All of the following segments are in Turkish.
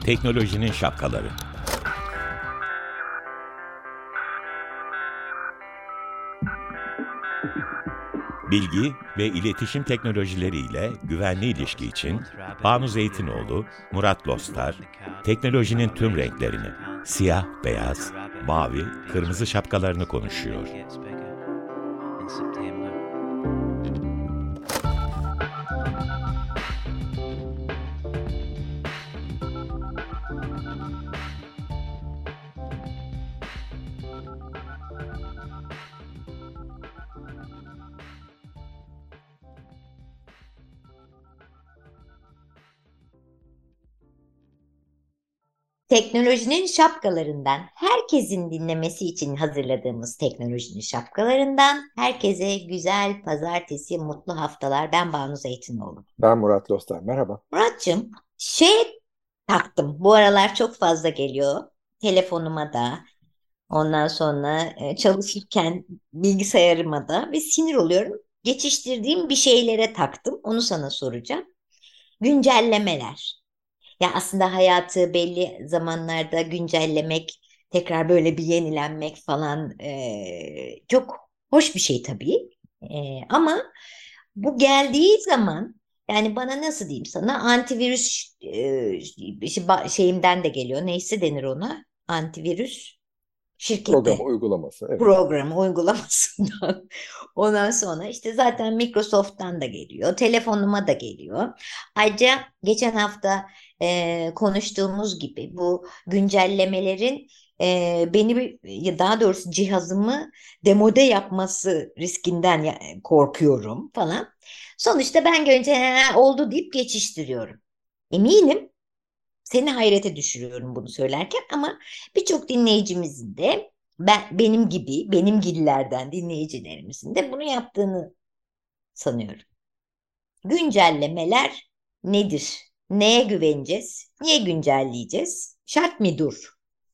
Teknolojinin şapkaları. Bilgi ve iletişim teknolojileriyle güvenli ilişki için Banu Zeytinoğlu, Murat Lostar, teknolojinin tüm renklerini, siyah, beyaz, mavi, kırmızı şapkalarını konuşuyor. Teknolojinin şapkalarından, herkesin dinlemesi için hazırladığımız teknolojinin şapkalarından herkese güzel pazartesi, mutlu haftalar. Ben Banu Zeytinoğlu. Ben Murat Lostar. Merhaba. Muratcığım, taktım. Bu aralar çok fazla geliyor. Telefonuma da, ondan sonra çalışırken bilgisayarıma da ve sinir oluyorum. Geçiştirdiğim bir şeylere taktım. Onu sana soracağım. Güncellemeler. Ya aslında hayatı belli zamanlarda güncellemek, tekrar böyle bir yenilenmek falan çok hoş bir şey tabii. Ama bu geldiği zaman yani bana nasıl diyeyim sana antivirüs şeyimden de geliyor. Neyse denir ona antivirüs Program şirketi uygulaması. Evet. programı uygulamasından. Ondan sonra işte zaten Microsoft'tan da geliyor, telefonuma da geliyor. Ayrıca geçen hafta konuştuğumuz gibi bu güncellemelerin daha doğrusu cihazımı demode yapması riskinden korkuyorum falan. Sonuçta ben görünce oldu deyip geçiştiriyorum. Eminim seni hayrete düşürüyorum bunu söylerken ama birçok dinleyicimizin de benim gibi, benim gillerden dinleyicilerimizin de bunu yaptığını sanıyorum. Güncellemeler nedir? Neye güveneceğiz? Niye güncelleyeceğiz? Şart mıdır?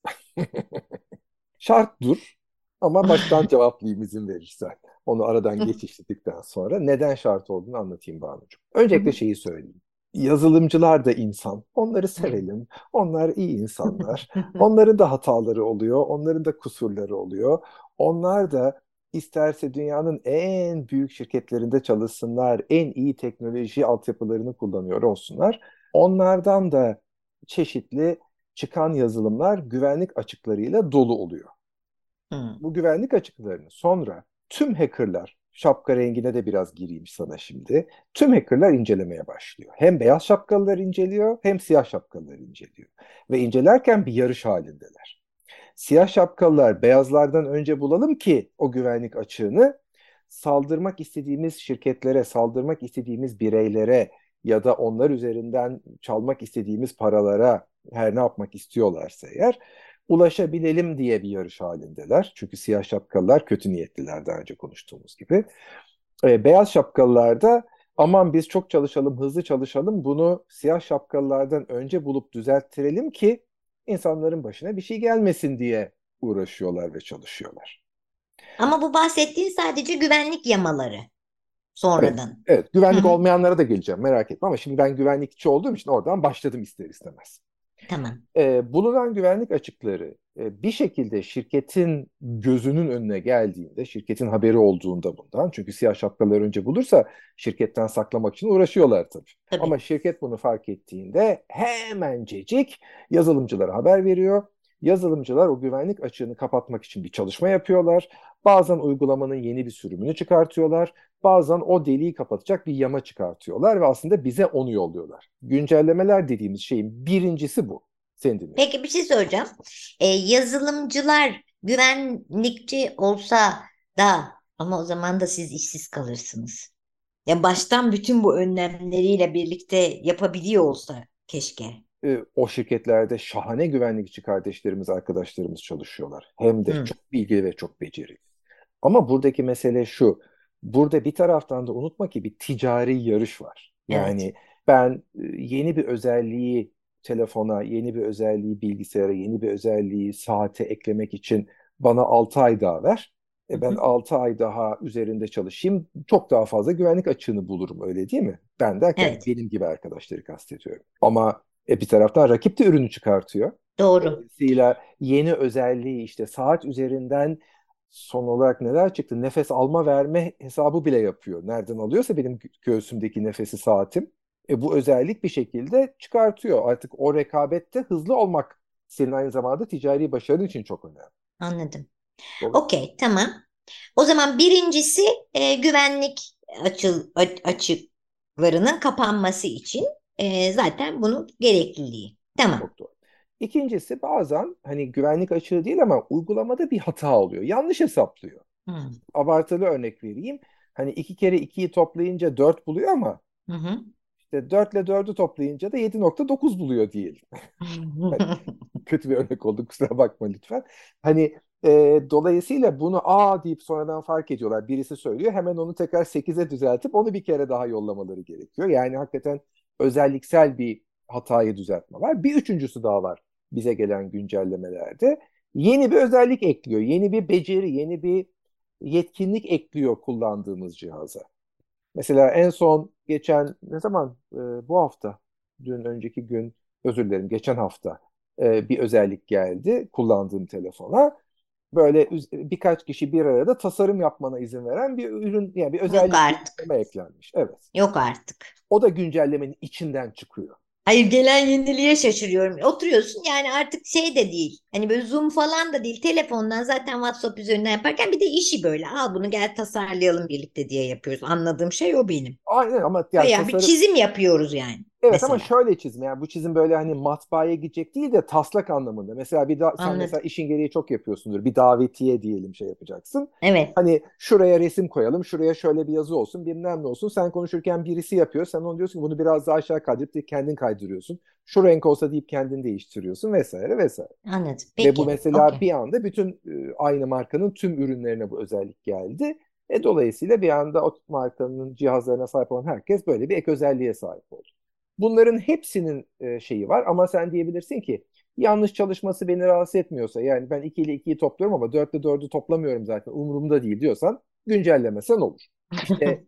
Şarttır ama baştan cevaplayayım izin verirsen. Onu aradan geçiştirdikten sonra neden şart olduğunu anlatayım Banucuğum. Öncelikle şeyi söyleyeyim. Yazılımcılar da insan. Onları sevelim. Onlar iyi insanlar. Onların da hataları oluyor. Onların da kusurları oluyor. Onlar da isterse dünyanın en büyük şirketlerinde çalışsınlar, en iyi teknoloji altyapılarını kullanıyor olsunlar. Onlardan da çeşitli çıkan yazılımlar güvenlik açıklarıyla dolu oluyor. Hmm. Bu güvenlik açıklarını sonra tüm hackerlar, şapka rengine de biraz gireyim sana şimdi, tüm hackerlar incelemeye başlıyor. Hem beyaz şapkalılar inceliyor hem siyah şapkalılar inceliyor. Ve incelerken bir yarış halindeler. Siyah şapkalılar beyazlardan önce bulalım ki o güvenlik açığını saldırmak istediğimiz şirketlere, saldırmak istediğimiz bireylere ya da onlar üzerinden çalmak istediğimiz paralara her ne yapmak istiyorlarsa eğer ulaşabilelim diye bir yarış halindeler. Çünkü siyah şapkalılar kötü niyetliler daha önce konuştuğumuz gibi. Beyaz şapkalılar da aman biz çok çalışalım, hızlı çalışalım bunu siyah şapkalılardan önce bulup düzelttirelim ki insanların başına bir şey gelmesin diye uğraşıyorlar ve çalışıyorlar. Ama bu bahsettiğin sadece güvenlik yamaları Evet, sonradan. evet. Hı Güvenlik hı. olmayanlara da geleceğim merak etme ama şimdi ben güvenlikçi olduğum için oradan başladım ister istemez. Tamam. Bulunan güvenlik açıkları bir şekilde şirketin gözünün önüne geldiğinde, şirketin haberi olduğunda bundan, çünkü siyah şapkalar önce bulursa şirketten saklamak için uğraşıyorlar tabii. Ama Tabii. şirket bunu fark ettiğinde hemencecik yazılımcılara haber veriyor. Yazılımcılar o güvenlik açığını kapatmak için bir çalışma yapıyorlar. Bazen uygulamanın yeni bir sürümünü çıkartıyorlar. Bazen o deliği kapatacak bir yama çıkartıyorlar ve aslında bize onu yolluyorlar. Güncellemeler dediğimiz şeyin birincisi bu. Seni dinliyorum. Peki bir şey soracağım. Yazılımcılar güvenlikçi olsa da ama o zaman da siz işsiz kalırsınız. Ya baştan bütün bu önlemleriyle birlikte yapabiliyor olsa keşke. O şirketlerde şahane güvenlikçi kardeşlerimiz, arkadaşlarımız çalışıyorlar. Hem de Hı, çok bilgili ve çok becerikli. Ama buradaki mesele şu. Burada bir taraftan da unutma ki bir ticari yarış var. evet. Yani ben yeni bir özelliği telefona, yeni bir özelliği bilgisayara, yeni bir özelliği saate eklemek için bana 6 ay daha ver. Hı Ben hı, 6 ay daha üzerinde çalışayım. Çok daha fazla güvenlik açığını bulurum öyle değil mi? Ben derken evet. benim gibi arkadaşları kastediyorum. Ama Bir taraftan rakip de ürünü çıkartıyor. Doğru. Dolayısıyla yeni özelliği işte saat üzerinden son olarak neler çıktı? Nefes alma verme hesabı bile yapıyor. Nereden alıyorsa benim göğsümdeki nefesi saatim. Bu özellik bir şekilde çıkartıyor. Artık o rekabette hızlı olmak senin aynı zamanda ticari başarın için çok önemli. Anladım. Dolayısıyla Okey, tamam. O zaman birincisi güvenlik açıklarının kapanması için zaten bunun gerekliliği. Tamam. çok doğru. İkincisi bazen hani güvenlik açığı değil ama uygulamada bir hata oluyor. Yanlış hesaplıyor. Hı Abartılı örnek vereyim. Hani 2 kere 2'yi toplayınca 4 buluyor ama hı. Hı. işte 4 ile 4'ü toplayınca da 7,9 buluyor diyelim. Kötü bir örnek oldu, kusura bakma lütfen. Hani dolayısıyla bunu deyip sonradan fark ediyorlar. Birisi söylüyor, hemen onu tekrar 8'e düzeltip onu bir kere daha yollamaları gerekiyor. Yani hakikaten özelliksel bir hatayı düzeltme var. Bir üçüncüsü daha var bize gelen güncellemelerde. Yeni bir özellik ekliyor, yeni bir beceri, yeni bir yetkinlik ekliyor kullandığımız cihaza. Mesela en son geçen ne zaman, bu hafta, dün önceki gün, özür dilerim, geçen hafta bir özellik geldi kullandığım telefona. Böyle birkaç kişi bir arada tasarım yapmana izin veren bir ürün, yani bir Yok özellik artık. güncelleme eklenmiş. Evet. Yok artık. O da güncellemenin içinden çıkıyor. Hayır, gelen yeniliğe şaşırıyorum. Oturuyorsun yani artık şey de değil. Hani böyle Zoom falan da değil. Telefondan zaten WhatsApp üzerinden yaparken bir de işi böyle. Al bunu gel tasarlayalım birlikte diye yapıyoruz. Anladığım şey o benim. Aynen, ama yani Bayağı bir tasarım. çizim yapıyoruz yani Evet, ama mesela. şöyle çizme, yani bu çizim böyle hani matbaaya gidecek değil de taslak anlamında. Mesela sen mesela Anladım. işin gereği çok yapıyorsundur. Bir davetiye diyelim şey yapacaksın. Evet. Hani şuraya resim koyalım, şuraya şöyle bir yazı olsun, bilmem ne olsun. Sen konuşurken birisi yapıyor. Sen onu diyorsun ki bunu biraz daha aşağı kaydırıp kendin kaydırıyorsun. Şu renk olsa deyip kendin değiştiriyorsun vesaire vesaire. Anladım. Ve bu Peki. mesela Okey. bir anda bütün aynı markanın tüm ürünlerine bu özellik geldi. Dolayısıyla bir anda o markanın cihazlarına sahip olan herkes böyle bir ek özelliğe sahip oldu. Bunların hepsinin şeyi var ama sen diyebilirsin ki yanlış çalışması beni rahatsız etmiyorsa, yani ben 2 ile 2'yi topluyorum ama 4 ile 4'ü toplamıyorum zaten umurumda değil diyorsan, güncellemesen olur. İşte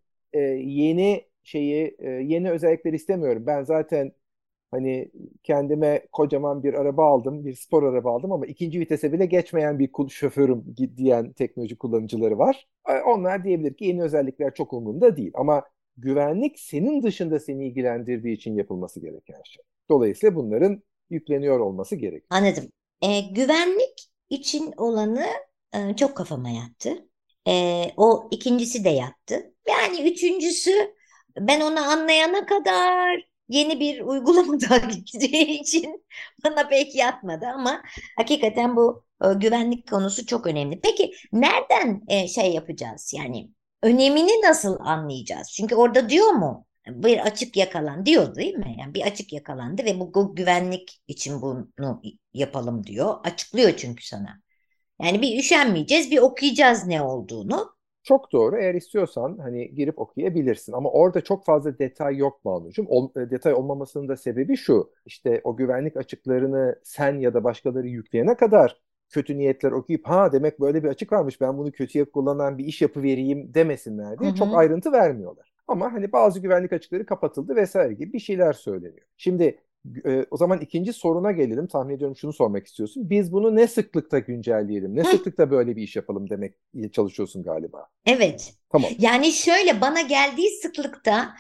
yeni özellikler istemiyorum. Ben zaten hani kendime kocaman bir araba aldım, bir spor araba aldım ama ikinci vitese bile geçmeyen bir şoförüm diyen teknoloji kullanıcıları var. Onlar diyebilir ki yeni özellikler çok umurumda değil. Ama güvenlik senin dışında seni ilgilendirdiği için yapılması gereken şey. Dolayısıyla bunların yükleniyor olması gerekiyor. Anladım. Güvenlik için olanı çok kafama yattı. O ikincisi de yattı. Yani üçüncüsü ben onu anlayana kadar yeni bir uygulama daha gideceği için bana pek yatmadı ama hakikaten bu güvenlik konusu çok önemli. Peki nereden şey yapacağız? Yani önemini nasıl anlayacağız? Çünkü orada diyor mu? Bir açık yakalan diyor değil mi? Yani bir açık yakalandı ve bu güvenlik için bunu yapalım diyor. Açıklıyor çünkü sana. Yani bir üşenmeyeceğiz, bir okuyacağız ne olduğunu. Çok doğru. Eğer istiyorsan hani girip okuyabilirsin. Ama orada çok fazla detay yok Banucuğum. Detay olmamasının da sebebi şu. İşte o güvenlik açıklarını sen ya da başkaları yükleyene kadar kötü niyetler okuyup demek böyle bir açık varmış, ben bunu kötüye kullanan bir iş yapıvereyim demesinler Hı diye çok hı. ayrıntı vermiyorlar. Ama hani bazı güvenlik açıkları kapatıldı vesaire gibi bir şeyler söyleniyor. Şimdi o zaman ikinci soruna gelelim. Tahmin ediyorum şunu sormak istiyorsun. Biz bunu ne sıklıkta güncelleyelim? Ne Heh, sıklıkta böyle bir iş yapalım demek çalışıyorsun galiba. evet. Tamam. Yani şöyle bana geldiği sıklıkta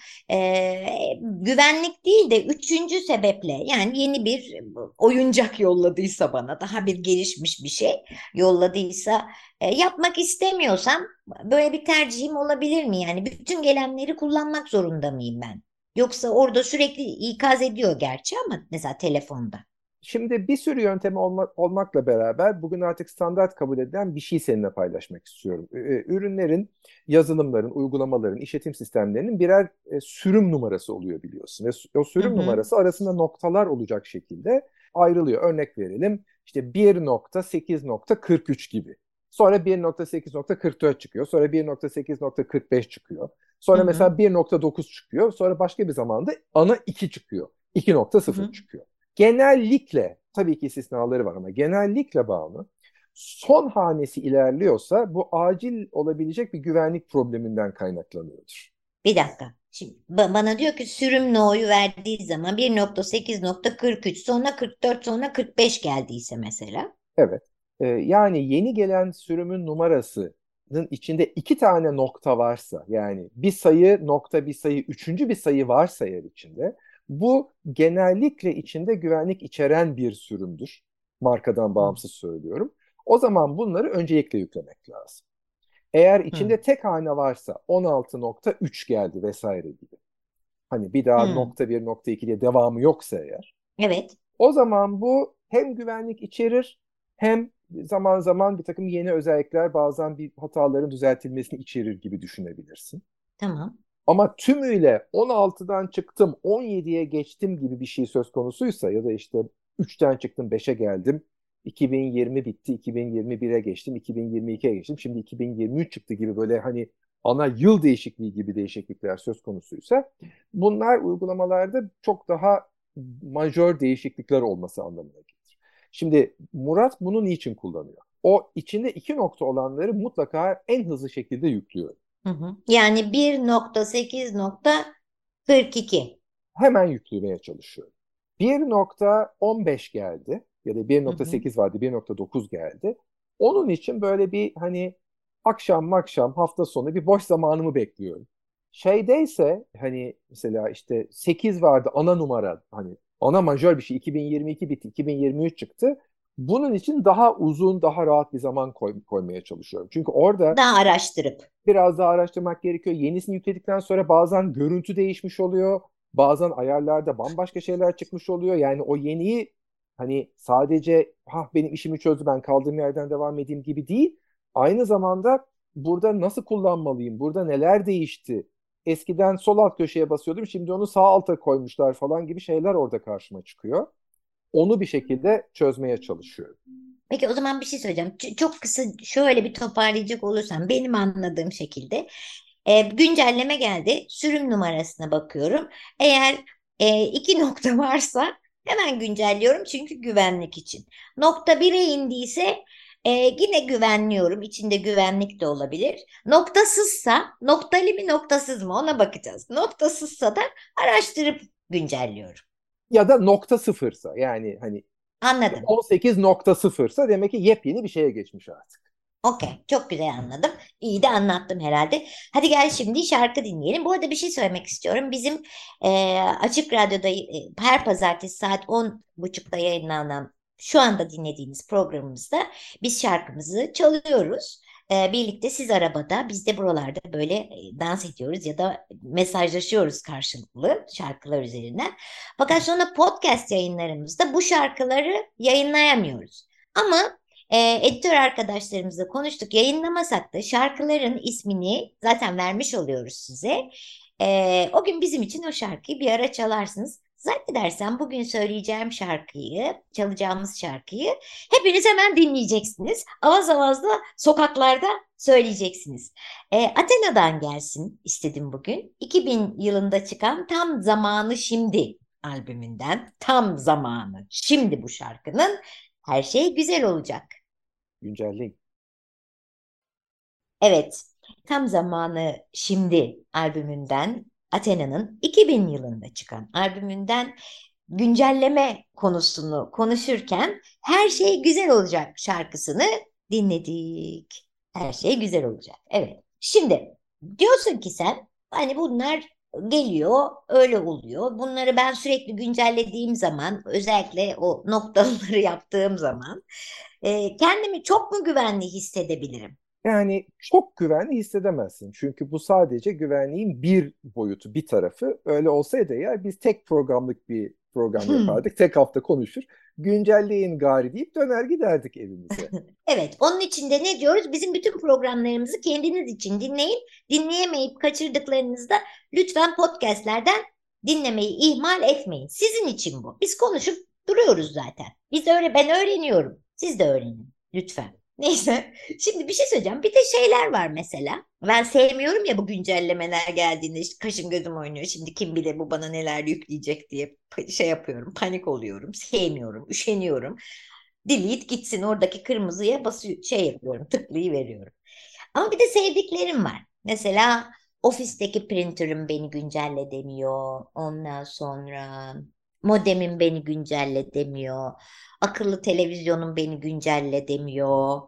güvenlik değil de üçüncü sebeple yani yeni bir oyuncak yolladıysa bana daha bir gelişmiş bir şey yolladıysa yapmak istemiyorsam böyle bir tercihim olabilir mi? Yani bütün gelenleri kullanmak zorunda mıyım ben? Yoksa orada sürekli ikaz ediyor gerçi ama mesela telefonda. Şimdi bir sürü yöntemi olmakla beraber bugün artık standart kabul edilen bir şey seninle paylaşmak istiyorum. Ürünlerin, yazılımların, uygulamaların, işletim sistemlerinin birer sürüm numarası oluyor biliyorsun. Ve o Hı sürüm hı, numarası arasında noktalar olacak şekilde ayrılıyor. Örnek verelim, işte 1,8,43 gibi. Sonra 1,8,44 çıkıyor. Sonra 1,8,45 çıkıyor. hı Sonra hı, mesela 1,9 çıkıyor. Sonra başka bir zamanda ana 2 çıkıyor. hı 2,0 hı. çıkıyor. Genellikle, tabii ki istisnaları var ama genellikle Banu, son hanesi ilerliyorsa bu acil olabilecek bir güvenlik probleminden kaynaklanıyordur. Bir dakika. Şimdi bana diyor ki sürüm no'yu verdiği zaman 1.8.43 sonra 44 sonra 45 geldiyse mesela. Evet. Yani yeni gelen sürümün numarasının içinde iki tane nokta varsa, yani bir sayı nokta bir sayı, üçüncü bir sayı varsa eğer içinde, bu genellikle içinde güvenlik içeren bir sürümdür. Markadan Hı, bağımsız söylüyorum. O zaman bunları öncelikle yüklemek lazım. Eğer hı, içinde tek hane varsa 16.3 geldi vesaire gibi. Hani bir daha hı. nokta bir nokta iki diye devamı yoksa eğer, Evet. o zaman bu hem güvenlik içerir hem zaman zaman bir takım yeni özellikler, bazen bir hataların düzeltilmesini içerir gibi düşünebilirsin. Tamam. Ama tümüyle 16'dan çıktım 17'ye geçtim gibi bir şey söz konusuysa, ya da işte 3'ten çıktım 5'e geldim, 2020 bitti 2021'e geçtim, 2022'ye geçtim, şimdi 2023 çıktı gibi, böyle hani ana yıl değişikliği gibi değişiklikler söz konusuysa, bunlar uygulamalarda çok daha majör değişiklikler olması anlamına gelir. Şimdi Murat bunu niçin kullanıyor? O içinde iki nokta olanları mutlaka en hızlı şekilde yüklüyor. Hı hı. Yani 1.8.42. Hemen yüklemeye çalışıyorum. 1.15 geldi ya da Hı hı. 1.8 vardı, 1.9 geldi. Onun için böyle bir hani akşam hafta sonu bir boş zamanımı bekliyorum. Şeydeyse hani mesela işte 8 vardı, ana numara, hani ana majör bir şey, 2022 bitti 2023 çıktı. Bunun için daha uzun, daha rahat bir zaman koymaya çalışıyorum. Çünkü orada Daha araştırıp. biraz daha araştırmak gerekiyor. Yenisini yükledikten sonra bazen görüntü değişmiş oluyor. Bazen ayarlarda bambaşka şeyler çıkmış oluyor. Yani o yeniyi hani sadece ha benim işimi çözdü ben kaldığım yerden devam edeyim gibi değil. Aynı zamanda burada nasıl kullanmalıyım? Burada neler değişti? Eskiden sol alt köşeye basıyordum. Şimdi onu sağ alta koymuşlar falan gibi şeyler orada karşıma çıkıyor. Onu bir şekilde çözmeye çalışıyorum. Peki o zaman bir şey söyleyeceğim. Çok kısa şöyle bir toparlayacak olursam benim anladığım şekilde güncelleme geldi. Sürüm numarasına bakıyorum. Eğer iki nokta varsa hemen güncelliyorum çünkü güvenlik için. Nokta bire indiyse yine güvenliyorum. İçinde güvenlik de olabilir. Noktasızsa noktalı mı noktasız mı ona bakacağız. Noktasızsa da araştırıp güncelliyorum. Ya da nokta sıfırsa, yani hani Anladım. 18.0'sa demek ki yepyeni bir şeye geçmiş artık. Okey, çok güzel anladım. İyi de anlattım herhalde. Hadi gel şimdi şarkı dinleyelim. Bu arada bir şey söylemek istiyorum. Bizim Açık Radyo'da her pazartesi saat 10.30'da yayınlanan şu anda dinlediğiniz programımızda biz şarkımızı çalıyoruz. Birlikte siz arabada, biz de buralarda böyle dans ediyoruz ya da mesajlaşıyoruz karşılıklı şarkılar üzerinden. Fakat sonra podcast yayınlarımızda bu şarkıları yayınlayamıyoruz. Ama editör arkadaşlarımızla konuştuk. Yayınlamasak da şarkıların ismini zaten vermiş oluyoruz size. O gün bizim için o şarkıyı bir ara çalarsınız. Zannedersem bugün söyleyeceğim şarkıyı, çalacağımız şarkıyı hepiniz hemen dinleyeceksiniz. Avaz avaz da sokaklarda söyleyeceksiniz. Athena'dan gelsin istedim bugün. 2000 yılında çıkan Tam Zamanı Şimdi albümünden Tam Zamanı Şimdi bu şarkının her şey güzel olacak. Güncelleyin. Evet, Tam Zamanı Şimdi albümünden Athena'nın 2000 yılında çıkan albümünden güncelleme konusunu konuşurken her şey güzel olacak şarkısını dinledik. Her şey güzel olacak. Evet. Şimdi diyorsun ki sen hani bunlar geliyor, öyle oluyor. Bunları ben sürekli güncellediğim zaman, özellikle o noktaları yaptığım zaman kendimi çok mu güvenli hissedebilirim? Yani çok güvenli hissedemezsin. Çünkü bu sadece güvenliğin bir boyutu, bir tarafı. Öyle olsaydı eğer biz tek programlık bir program yapardık. Tek hafta konuşur. Güncelleyin gari deyip döner giderdik evimize. Evet, onun için de ne diyoruz? Bizim bütün programlarımızı kendiniz için dinleyin. Dinleyemeyip kaçırdıklarınızda lütfen podcastlerden dinlemeyi ihmal etmeyin. Sizin için bu. Biz konuşup duruyoruz zaten. Ben öğreniyorum. Siz de öğrenin lütfen. Neyse, şimdi bir şey söyleyeceğim. Bir de şeyler var mesela. Ben sevmiyorum ya bu güncellemeler geldiğinde işte kaşım gözüm oynuyor. Şimdi kim bilir bu bana neler yükleyecek diye şey yapıyorum, panik oluyorum. Sevmiyorum, üşeniyorum. Delete gitsin oradaki kırmızıya basıyor şey yapıyorum tıklayı veriyorum. Ama bir de sevdiklerim var. Mesela Ofisteki printer'ım beni güncelle demiyor. Ondan sonra modemim beni güncelle demiyor. Akıllı televizyonum beni güncelle demiyor.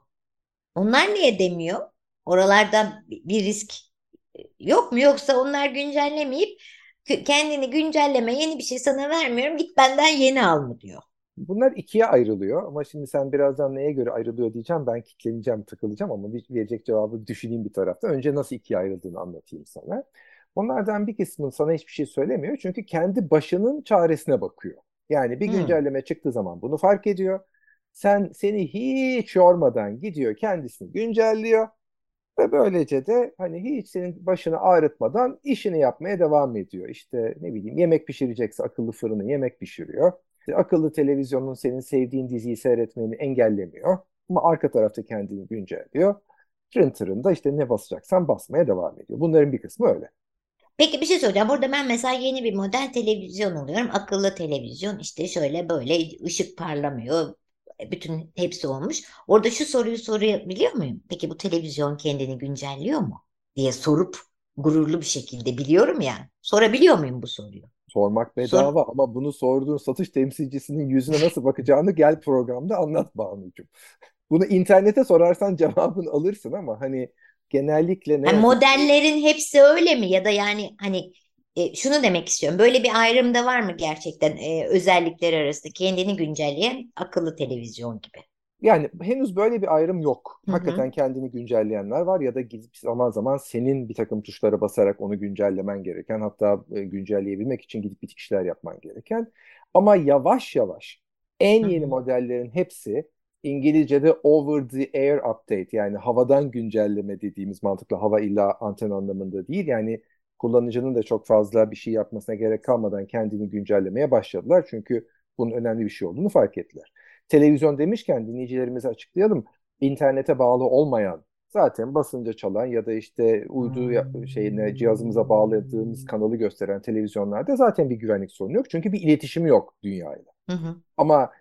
Onlar niye demiyor? Oralarda bir risk yok mu? Yoksa onlar güncellemeyip kendini güncelleme, yeni bir şey sana vermiyorum, git benden yeni al mı diyor. Bunlar ikiye ayrılıyor ama şimdi sen birazdan neye göre ayrılıyor diyeceğim. Ben kitleneceğim, takılacağım ama verecek cevabı düşüneyim bir tarafta. Önce nasıl ikiye ayrıldığını anlatayım sana. Onlardan bir kısmı sana hiçbir şey söylemiyor çünkü kendi başının çaresine bakıyor. Yani bir Hmm. güncelleme çıktığı zaman bunu fark ediyor. Seni hiç yormadan gidiyor, kendisini güncelliyor ve böylece de hani hiç senin başını ağrıtmadan işini yapmaya devam ediyor. İşte ne bileyim, yemek pişirecekse akıllı fırını yemek pişiriyor. İşte akıllı televizyonun senin sevdiğin diziyi seyretmeni engellemiyor. Ama arka tarafta kendini güncelliyor. Printer'ında işte ne basacaksan basmaya devam ediyor. Bunların bir kısmı öyle. Peki bir şey soracağım. Burada ben mesela yeni bir model televizyon alıyorum. Akıllı televizyon, işte şöyle böyle ışık parlamıyor. Bütün hepsi olmuş. Orada şu soruyu sorabiliyor muyum? Peki bu televizyon kendini güncelliyor mu? Diye sorup gururlu bir şekilde, biliyorum ya. Sorabiliyor muyum bu soruyu? Sormak Sor. bedava ama bunu sorduğun satış temsilcisinin yüzüne nasıl bakacağını gel programda anlat Banucuğum. Bunu internete sorarsan cevabını alırsın ama hani genellikle ne Ha, yazık ki modellerin hepsi öyle mi? Ya da yani hani şunu demek istiyorum. Böyle bir ayrım da var mı gerçekten, özellikler arasında kendini güncelleyen akıllı televizyon gibi? yani henüz böyle bir ayrım yok. Hı hı. Hakikaten kendini güncelleyenler var ya da gidip zaman zaman senin bir takım tuşlara basarak onu güncellemen gereken, hatta güncelleyebilmek için gidip bir işler yapman gereken. Ama yavaş yavaş en Hı yeni hı. modellerin hepsi İngilizce'de over the air update, yani havadan güncelleme dediğimiz mantıkla, hava illa anten anlamında değil, yani kullanıcının da çok fazla bir şey yapmasına gerek kalmadan kendini güncellemeye başladılar. Çünkü bunun önemli bir şey olduğunu fark ettiler. Televizyon demişken dinleyicilerimize açıklayalım. İnternete bağlı olmayan, zaten basınca çalan ya da işte uydu şeyine, cihazımıza bağladığımız kanalı gösteren televizyonlarda zaten bir güvenlik sorunu yok. Çünkü bir iletişimi yok dünyayla. Hı hı. Ama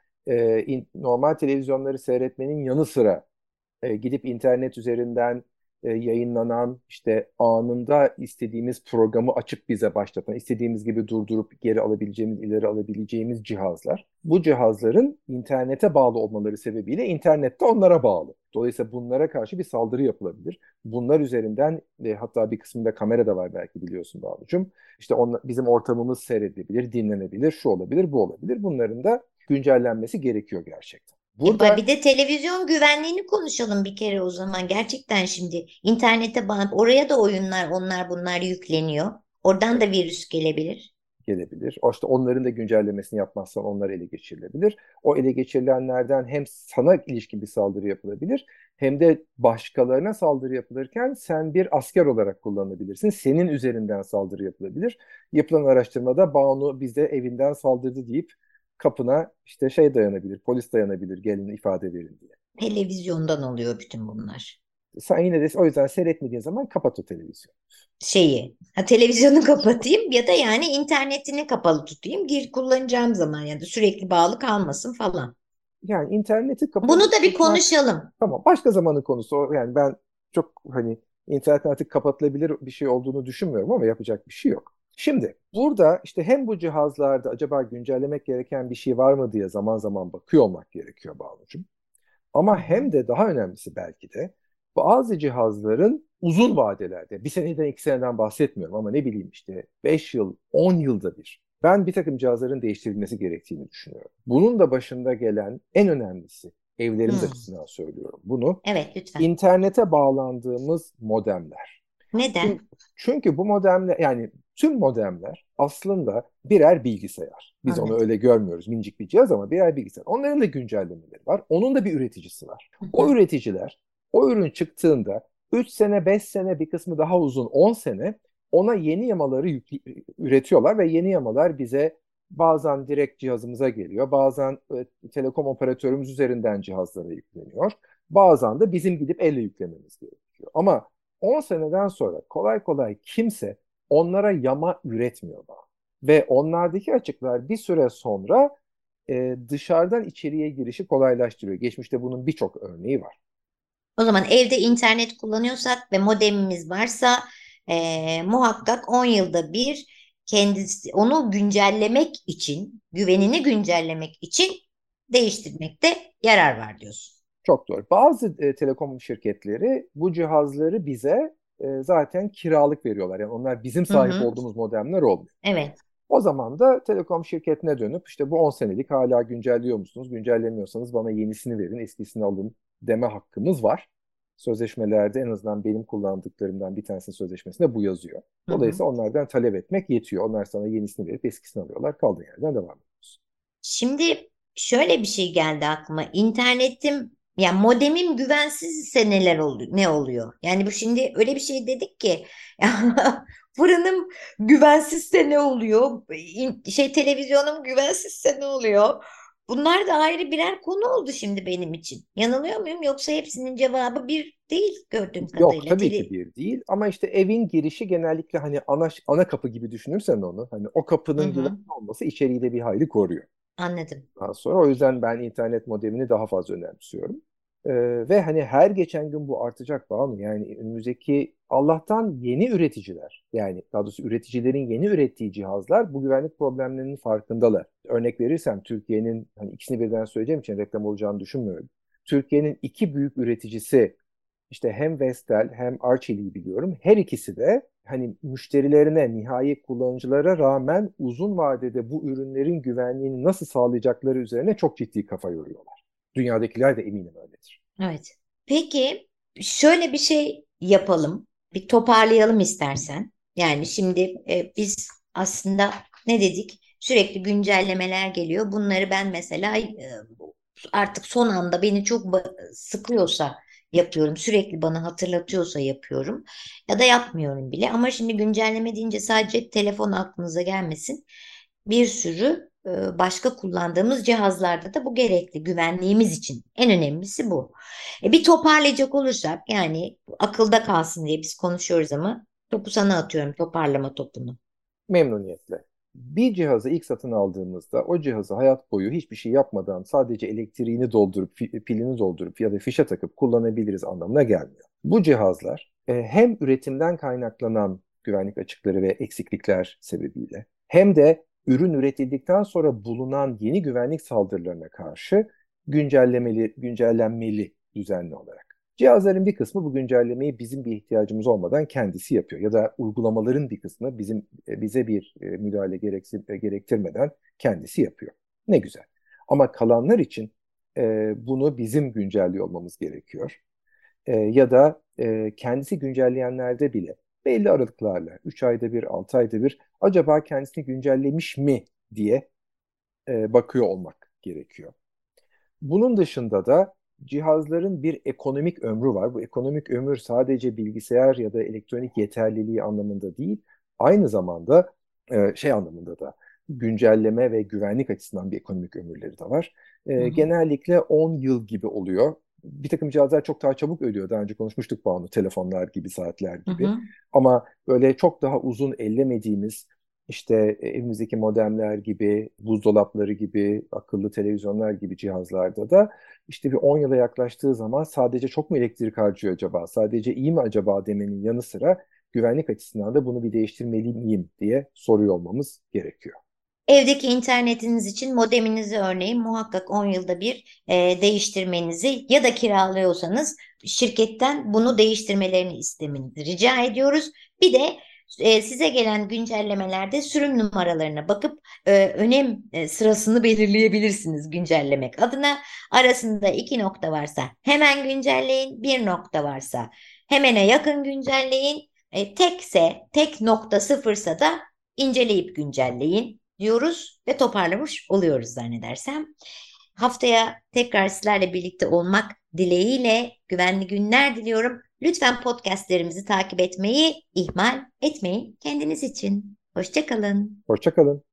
normal televizyonları seyretmenin yanı sıra gidip internet üzerinden yayınlanan, işte anında istediğimiz programı açıp bize başlatan, istediğimiz gibi durdurup geri alabileceğimiz, ileri alabileceğimiz cihazlar. Bu cihazların internete bağlı olmaları sebebiyle internette onlara bağlı. Dolayısıyla bunlara karşı bir saldırı yapılabilir. Bunlar üzerinden hatta bir kısmında kamera da var, belki biliyorsun Banucuğum. İşte bizim ortamımız seyredilebilir, dinlenebilir, şu olabilir, bu olabilir. Bunların da güncellenmesi gerekiyor gerçekten. Bir Burada de televizyon güvenliğini konuşalım bir kere o zaman. Gerçekten şimdi internete bağlanıp oraya da oyunlar, onlar bunlar yükleniyor. Oradan da virüs gelebilir. gelebilir. O işte onların da güncellemesini yapmazsan onlar ele geçirilebilir. O ele geçirilenlerden hem sana ilişkin bir saldırı yapılabilir, hem de başkalarına saldırı yapılırken sen bir asker olarak kullanılabilirsin. Senin üzerinden saldırı yapılabilir. Yapılan araştırmada Banu bize evinden saldırdı deyip kapına işte şey dayanabilir, polis dayanabilir, gelin ifade verin diye. Televizyondan oluyor bütün bunlar. Sen yine de o yüzden seyretmediğin zaman kapat o televizyonu. Televizyonu kapatayım ya da yani internetini kapalı tutayım. Kullanacağım zaman ya da sürekli bağlı kalmasın falan. Yani interneti kapalı Bunu da bir tutmak, konuşalım. tamam, başka zamanın konusu o. Yani ben çok hani internetin artık kapatılabilir bir şey olduğunu düşünmüyorum ama yapacak bir şey yok. Şimdi burada işte hem bu cihazlarda acaba güncellemek gereken bir şey var mı diye zaman zaman bakıyor olmak gerekiyor Banucuğum. Hı Ama hı. hem de daha önemlisi belki de bazı cihazların uzun vadelerde, bir seneden 2 seneden bahsetmiyorum ama ne bileyim işte 5 yıl, 10 yılda bir, ben bir takım cihazların değiştirilmesi gerektiğini düşünüyorum. Bunun da başında gelen en önemlisi, evlerimiz Hı. açısından söylüyorum bunu, Evet, lütfen. internete bağlandığımız modemler. Çünkü, Neden? çünkü bu modemler, yani tüm modemler aslında birer bilgisayar. Biz onu Anladım. öyle görmüyoruz, minicik bir cihaz ama birer bilgisayar. Onların da güncellemeleri var. Onun da bir üreticisi var. Hı O hı. üreticiler o ürün çıktığında 3 sene, 5 sene, bir kısmı daha uzun 10 sene ona yeni yamaları üretiyorlar ve yeni yamalar bize bazen direkt cihazımıza geliyor. Bazen telekom operatörümüz üzerinden cihazlara yükleniyor. Bazen de bizim gidip elle yüklememiz gerekiyor. Ama 10 seneden sonra kolay kolay kimse onlara yama üretmiyor daha. Ve onlardaki açıklar bir süre sonra dışarıdan içeriye girişi kolaylaştırıyor. Geçmişte bunun birçok örneği var. O zaman evde internet kullanıyorsak ve modemimiz varsa muhakkak 10 yılda bir kendisi onu güncellemek için, güvenini güncellemek için değiştirmekte yarar var diyorsun. Çok doğru. Bazı telekom şirketleri bu cihazları bize zaten kiralık veriyorlar. Yani onlar bizim Hı sahip hı. olduğumuz modemler olmuyor. Evet. O zaman da telekom şirketine dönüp işte bu 10 senelik hala güncelliyor musunuz? Güncellemiyorsanız bana yenisini verin, eskisini alın deme hakkımız var. Sözleşmelerde en azından benim kullandıklarımdan bir tanesinin sözleşmesinde bu yazıyor. Hı hı. Dolayısıyla onlardan talep etmek yetiyor. Onlar sana yenisini verip eskisini alıyorlar. Kaldığın yerden devam ediyorsun. Şimdi şöyle bir şey geldi aklıma. İnternetim, yani modemim güvensizse ne oluyor? Yani bu şimdi öyle bir şey dedik ki fırınım güvensizse ne oluyor? Televizyonum güvensizse ne oluyor? Bunlar da ayrı birer konu oldu şimdi benim için. Yanılıyor muyum? Yoksa hepsinin cevabı bir değil gördüğüm Yok kadarıyla. tabii ki bir değil ama işte evin girişi genellikle hani ana kapı gibi düşünürsen onu hani o Hı kapının hı, güvenli olması içeriği de bir hayli koruyor. anladım. Daha sonra o yüzden ben internet modemini daha fazla önemsiyorum. Ve hani her geçen gün bu artacak Banu. Yani önümüzdeki Allah'tan yeni üreticiler yani daha doğrusu üreticilerin yeni ürettiği cihazlar bu güvenlik problemlerinin farkındalar. Örnek verirsem Türkiye'nin hani ikisini birden söyleyeceğim için reklam olacağını düşünmüyorum. Türkiye'nin iki büyük üreticisi işte hem Vestel hem Arçelik'i biliyorum. Her ikisi de hani müşterilerine, nihai kullanıcılara rağmen uzun vadede bu ürünlerin güvenliğini nasıl sağlayacakları üzerine çok ciddi kafa yoruyorlar. Dünyadakiler de eminim öyledir. Evet. Peki şöyle bir şey yapalım. Bir toparlayalım istersen. Yani şimdi biz aslında ne dedik? Sürekli güncellemeler geliyor. Bunları ben mesela artık son anda beni çok sıkıyorsa yapıyorum. Sürekli bana hatırlatıyorsa yapıyorum. Ya da yapmıyorum bile. Ama şimdi güncelleme deyince sadece telefon aklınıza gelmesin. Bir sürü başka kullandığımız cihazlarda da bu gerekli. Güvenliğimiz için en önemlisi bu. Bir toparlayacak olursak, yani akılda kalsın diye biz konuşuyoruz ama topu sana atıyorum, toparlama topunu. Memnuniyetle. Bir cihazı ilk satın aldığımızda o cihazı hayat boyu hiçbir şey yapmadan sadece elektriğini doldurup, pilini doldurup ya da fişe takıp kullanabiliriz anlamına gelmiyor. Bu cihazlar hem üretimden kaynaklanan güvenlik açıkları ve eksiklikler sebebiyle hem de ürün üretildikten sonra bulunan yeni güvenlik saldırılarına karşı güncellenmeli düzenli olarak. Cihazların bir kısmı bu güncellemeyi bizim bir ihtiyacımız olmadan kendisi yapıyor. Ya da uygulamaların bir kısmı bize bir müdahale gerektirmeden kendisi yapıyor. Ne güzel. Ama kalanlar için bunu bizim güncelliyor olmamız gerekiyor. Ya da kendisi güncelleyenlerde bile belli aralıklarla 3 ayda bir, 6 ayda bir acaba kendisini güncellemiş mi diye bakıyor olmak gerekiyor. Bunun dışında da cihazların bir ekonomik ömrü var. Bu ekonomik ömür sadece bilgisayar ya da elektronik yeterliliği anlamında değil, aynı zamanda şey anlamında da güncelleme ve güvenlik açısından bir ekonomik ömürleri de var. Hı hı, Genellikle 10 yıl gibi oluyor. Bir takım cihazlar çok daha çabuk ölüyor. Daha önce konuşmuştuk Banu, telefonlar gibi, saatler hı gibi. hı. Ama böyle çok daha uzun ellemediğimiz işte evimizdeki modemler gibi, buzdolapları gibi, akıllı televizyonlar gibi cihazlarda da işte bir 10 yıla yaklaştığı zaman sadece çok mu elektrik harcıyor acaba, sadece iyi mi acaba demenin yanı sıra güvenlik açısından da bunu bir değiştirmeli miyim diye soruyor olmamız gerekiyor. Evdeki internetiniz için modeminizi örneğin muhakkak 10 yılda bir değiştirmenizi ya da kiralıyorsanız şirketten bunu değiştirmelerini istemenizi rica ediyoruz. Bir de size gelen güncellemelerde sürüm numaralarına bakıp önem sırasını belirleyebilirsiniz güncellemek adına. Arasında 2 nokta varsa hemen güncelleyin, bir nokta varsa hemene yakın güncelleyin. Tek nokta sıfırsa da inceleyip güncelleyin diyoruz ve toparlamış oluyoruz zannedersem. Haftaya tekrar sizlerle birlikte olmak dileğiyle güvenli günler diliyorum. Lütfen podcastlerimizi takip etmeyi ihmal etmeyin kendiniz için. Hoşça kalın. Hoşça kalın.